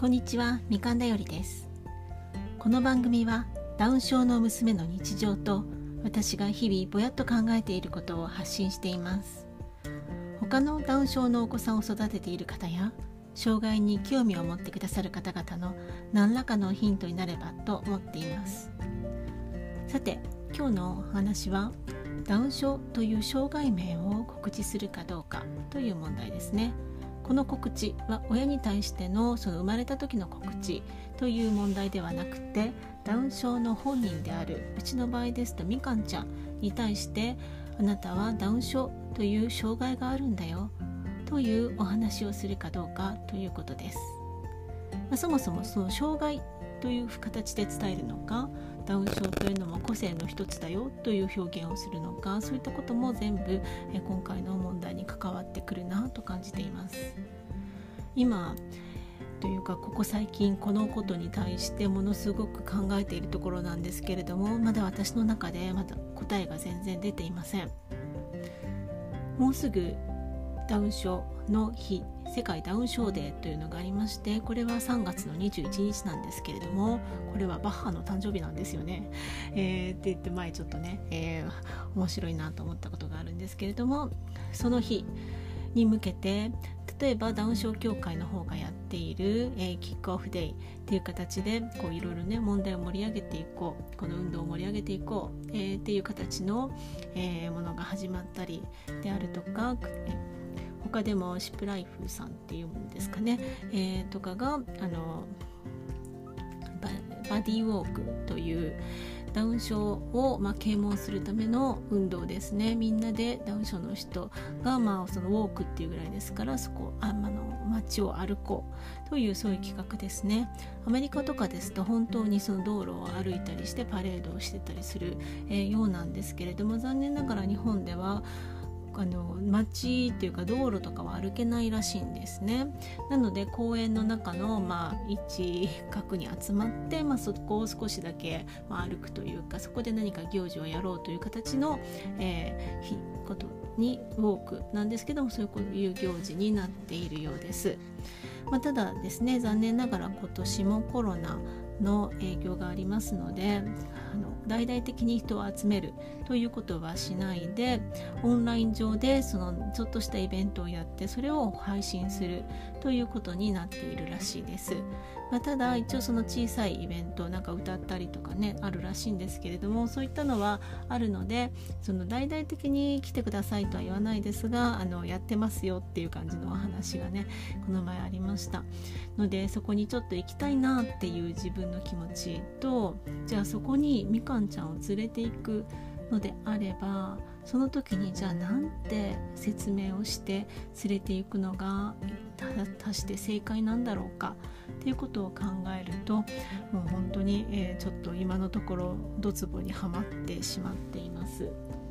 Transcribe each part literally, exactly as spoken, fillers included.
こんにちは、みかんだよりです。この番組はダウン症の娘の日常と私が日々ぼやっと考えていることを発信しています。他のダウン症のお子さんを育てている方や障害に興味を持ってくださる方々の何らかのヒントになればと思っています。さて、今日のお話はダウン症という障害名を告知するかどうかという問題ですね。この告知は親に対してのその生まれた時の告知という問題ではなくて、ダウン症の本人であるうちの場合ですとみかんちゃんに対して、あなたはダウン症という障害があるんだよというお話をするかどうかということです。まあ、そもそもその障害という形で伝えるのか、ダウン症というのも個性の一つだよという表現をするのか、そういったことも全部え今回の問題に関わってくるなと感じています。今というかここ最近このことに対してものすごく考えているところなんですけれども、まだ私の中でまだ答えが全然出ていません。もうすぐダウン症の日、世界ダウン症デーというのがありまして、これはさんがつのにじゅういちにちなんですけれども、これはバッハの誕生日なんですよね、えー、って言って前ちょっとね、えー、面白いなと思ったことがあるんですけれども、その日に向けて例えばダウン症協会の方がやっている、えー、キックオフデイっていう形でこういろいろね問題を盛り上げていこう、この運動を盛り上げていこう、えー、っていう形の、えー、ものが始まったりであるとか、えー他でもシップライフさんっていうんですかね、えー、とかがあの バ, バディウォークというダウン症を、まあ、啓蒙するための運動ですね。みんなでダウン症の人が、まあ、そのウォークっていうぐらいですから、そこあ、まあ、の街を歩こうというそういう企画ですね。アメリカとかですと本当にその道路を歩いたりしてパレードをしてたりする、えー、ようなんですけれども、残念ながら日本ではあの街っていうか道路とかは歩けないらしいんですね。なので公園の中の、まあ、一角に集まって、まあ、そこを少しだけ、まあ、歩くというか、そこで何か行事をやろうという形の、えー、ことにウォークなんですけども、そういう行事になっているようです。まあ、ただですね、残念ながら今年もコロナの影響がありますので、あの大々的に人を集めるということはしないで、オンライン上でそのちょっとしたイベントをやってそれを配信するということになっているらしいです。まあ、ただ一応その小さいイベントなんか歌ったりとかねあるらしいんですけれども、そういったのはあるので、その大々的に来てくださいとは言わないですが、あのやってますよっていう感じのお話がねこの前ありましたので、そこにちょっと行きたいなっていう自分の気持ちと、じゃあそこにみかんちゃんを連れていくのであれば、その時にじゃあなんて説明をして連れていくのが果して正解なんだろうかっていうことを考えると、もう本当に、えー、ちょっと今のところドツボにはまってしまっています。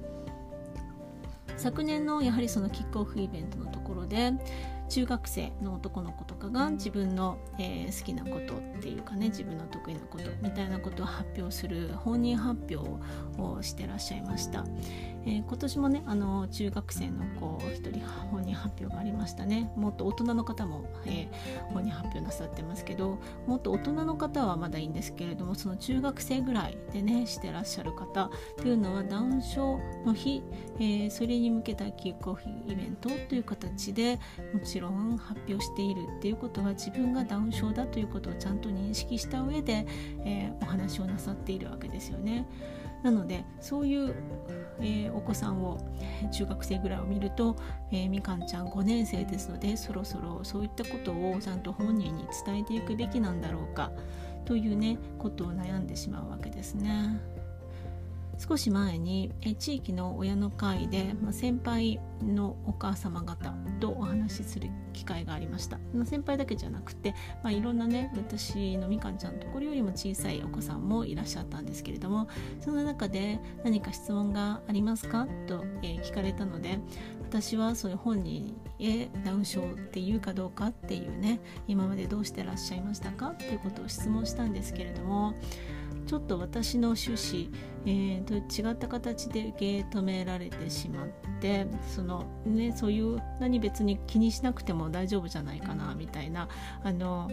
昨年のやはりそのキックオフイベントのところで、中学生の男の子とかが自分の、えー、好きなことっていうかね、自分の得意なことみたいなことを発表する本人発表をしてらっしゃいました。えー、今年もねあの中学生の子一人本人発表がありましたね。もっと大人の方も、えー、本人発表なさってますけど、もっと大人の方はまだいいんですけれども、その中学生ぐらいでねしてらっしゃる方っていうのはダウン症の日、えー、それに向けたキックオフイベントという形でもちろん発表しているっていうことは、自分がダウン症だということをちゃんと認識した上で、えー、お話をなさっているわけですよね。なのでそういう、えー、お子さんを中学生ぐらいを見ると、えー、みかんちゃんごねん生ですので、そろそろそういったことをちゃんと本人に伝えていくべきなんだろうかというねことを悩んでしまうわけですね。少し前にえ地域の親の会で、まあ、先輩のお母様方とお話しする機会がありました。先輩だけじゃなくて、まあ、いろんなね私のみかんちゃんのところよりも小さいお子さんもいらっしゃったんですけれども、その中で何か質問がありますかと、えー、聞かれたので、私はそういう本人へダウン症っていうかどうかっていうね、今までどうしてらっしゃいましたかっていうことを質問したんですけれども、ちょっと私の趣旨、えー、と違った形で受け止められてしまって、その、ね、そういう何別に気にしなくても大丈夫じゃないかなみたいな、あの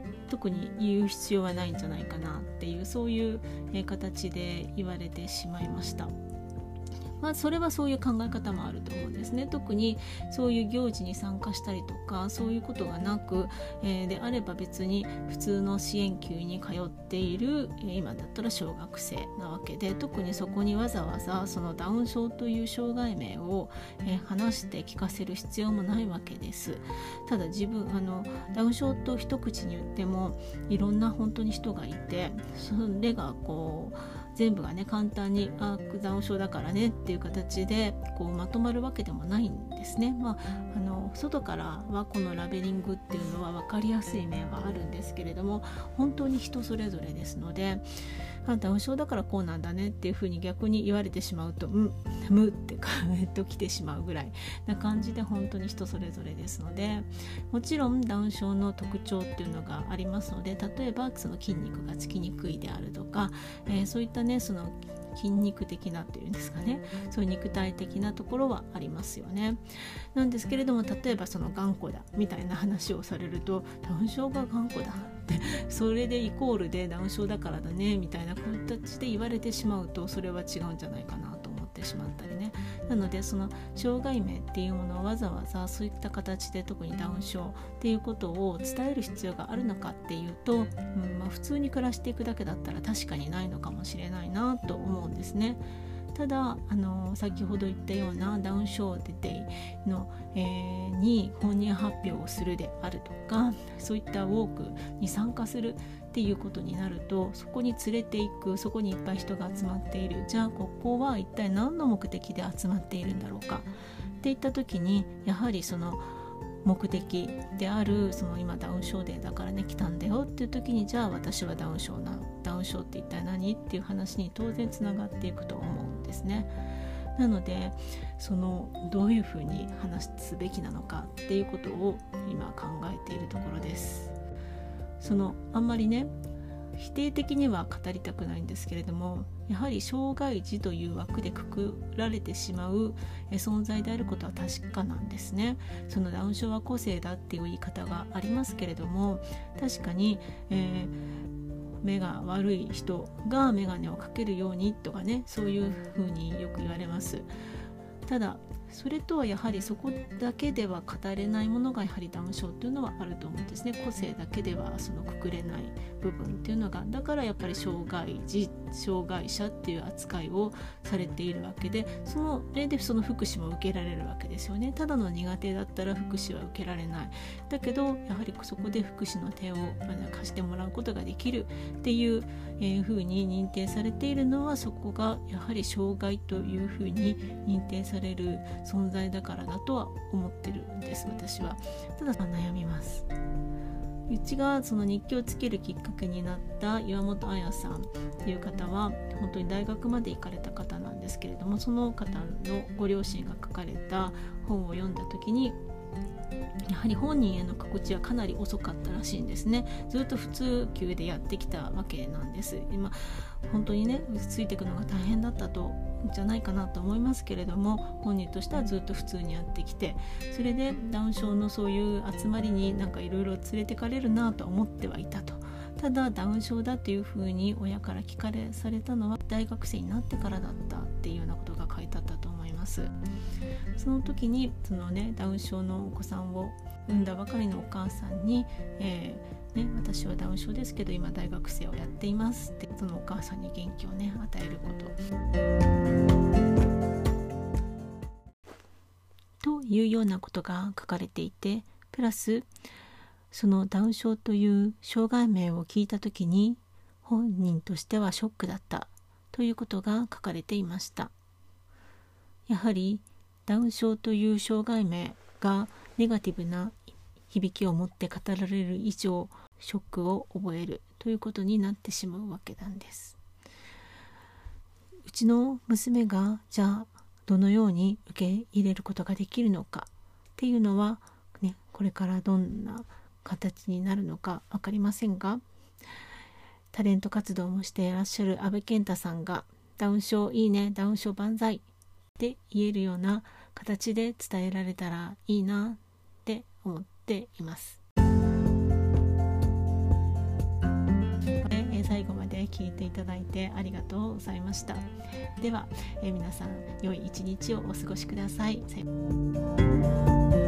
特に言う必要はないんじゃないかなっていう、そういう形で言われてしまいました。まあ、それはそういう考え方もあると思うんですね。特にそういう行事に参加したりとかそういうことがなく、えー、であれば別に普通の支援級に通っている、えー、今だったら小学生なわけで、特にそこにわざわざそのダウン症という障害名を、えー、話して聞かせる必要もないわけです。ただ自分あのダウン症と一口に言ってもいろんな本当に人がいて、それがこう全部がね簡単にあダウン症だからねっていう形でこうまとまるわけでもないんですね。まあ、あの外からはこのラベリングっていうのは分かりやすい面はあるんですけれども、本当に人それぞれですので、あダウン症だからこうなんだねっていうふうに逆に言われてしまうとむむってかえっときてしまうぐらいな感じで、本当に人それぞれですので、もちろんダウン症の特徴っていうのがありますので、例えばその筋肉がつきにくいであるとか、えー、そういったねその筋肉的なっていうんですかね、そういう肉体的なところはありますよね。なんですけれども、例えばその頑固だみたいな話をされると、ダウン症が頑固だってそれでイコールでダウン症だからだねみたいな形で言われてしまうと、それは違うんじゃないかなと思ってしまったりね。なのでその障害名っていうものをわざわざそういった形で、特にダウン症っていうことを伝える必要があるのかっていうと、うんまあ、普通に暮らしていくだけだったら確かにないのかもしれないなと思うんですね。ただあの先ほど言ったようなダウン症デイの、えー、に本人発表をするであるとか、そういったウォークに参加するっていうことになると、そこに連れていく、そこにいっぱい人が集まっている、じゃあここは一体何の目的で集まっているんだろうかっていった時に、やはりその目的であるその今ダウン症デーだからね来たんだよっていう時に、じゃあ私はダウン症なダウン症って一体何っていう話に当然つながっていくと思うんですね。なのでそのどういうふうに話すべきなのかっていうことを今考えているところです。そのあんまりね否定的には語りたくないんですけれども、やはり障害児という枠でくくられてしまう存在であることは確かなんですね。そのダウン症は個性だっていう言い方がありますけれども、確かに、えー、目が悪い人が眼鏡をかけるようにとかね、そういうふうによく言われます。ただそれとはやはりそこだけでは語れないものがやはりダウン症っていうのはあると思うんですね。個性だけではそのくくれない部分っていうのが、だからやっぱり障害児障害者っていう扱いをされているわけで、その例でその福祉も受けられるわけですよね。ただの苦手だったら福祉は受けられない。だけどやはりそこで福祉の手を貸してもらうことができるっていう、えー、ふうに認定されているのは、そこがやはり障害というふうに認定される存在だからだとは思ってるんです、私は。ただ悩みます。うちがその日記をつけるきっかけになった岩本彩さんっていう方は本当に大学まで行かれた方なんですけれども、その方のご両親が書かれた本を読んだ時に、やはり本人への告知はかなり遅かったらしいんですね。ずっと普通級でやってきたわけなんです。今本当にねついていくのが大変だったとじゃないかなと思いますけれども、本人としてはずっと普通にやってきて、それでダウン症のそういう集まりになんかいろいろ連れてかれるなと思ってはいたと。ただダウン症だっていうふうに親から聞かれされたのは大学生になってからだったっていうようなことが書いてあったと思います。その時にそのねダウン症のお子さんを産んだばかりのお母さんに、えーね、私はダウン症ですけど今大学生をやっていますって、そのお母さんに元気をね与えることというようなことが書かれていて、プラスそのダウン症という障害名を聞いた時に本人としてはショックだったということが書かれていました。やはりダウン症という障害名がネガティブな響きを持って語られる以上、ショックを覚えるということになってしまうわけなんです。うちの娘がじゃあどのように受け入れることができるのかっていうのは、ね、これからどんな形になるのか分かりませんが、タレント活動もしていらっしゃる安倍健太さんがダウン症いいね、ダウン症万歳って言えるような形で伝えられたらいいなって思っています。 っていただいてありがとうございました。では、えー、皆さん良い一日をお過ごしください。さよ